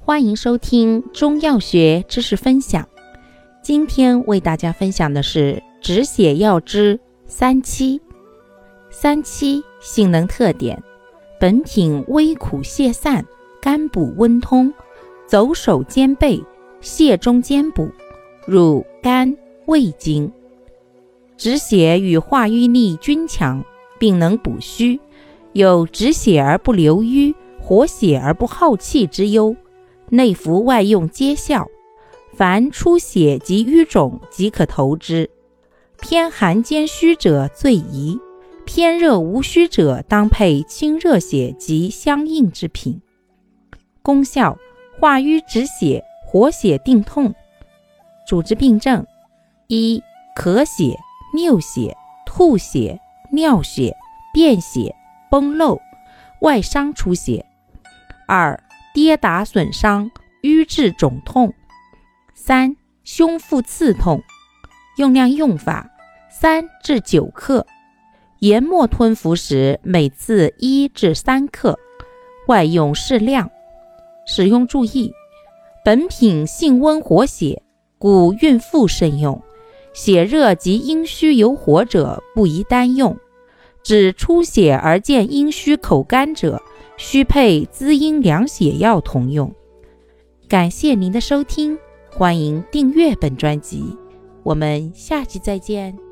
欢迎收听中药学知识分享。今天为大家分享的是止血药之三七。三七性能特点：本品微苦泻散，甘补温通，走手兼备，泻中兼补，入肝、胃经。止血与化瘀力均强，并能补虚，有止血而不流瘀，活血而不耗气之优，内服外用皆效。凡出血及瘀肿即可投之。偏寒兼虚者最宜，偏热无虚者当配清热血及相应之品。功效：化瘀止血，活血定痛。主治病症：一、咳血、衄血、吐血、尿血、便血、崩漏、外伤出血；二、跌打损伤、瘀滞肿痛；三、胸腹刺痛。用量用法：3至9克，研末吞服时每次1至3克，外用适量。使用注意：本品性温活血，故孕妇慎用，血热及阴虚有火者不宜单用，指出血而见阴虚口干者，需配滋阴凉血药同用。感谢您的收听，欢迎订阅本专辑，我们下期再见。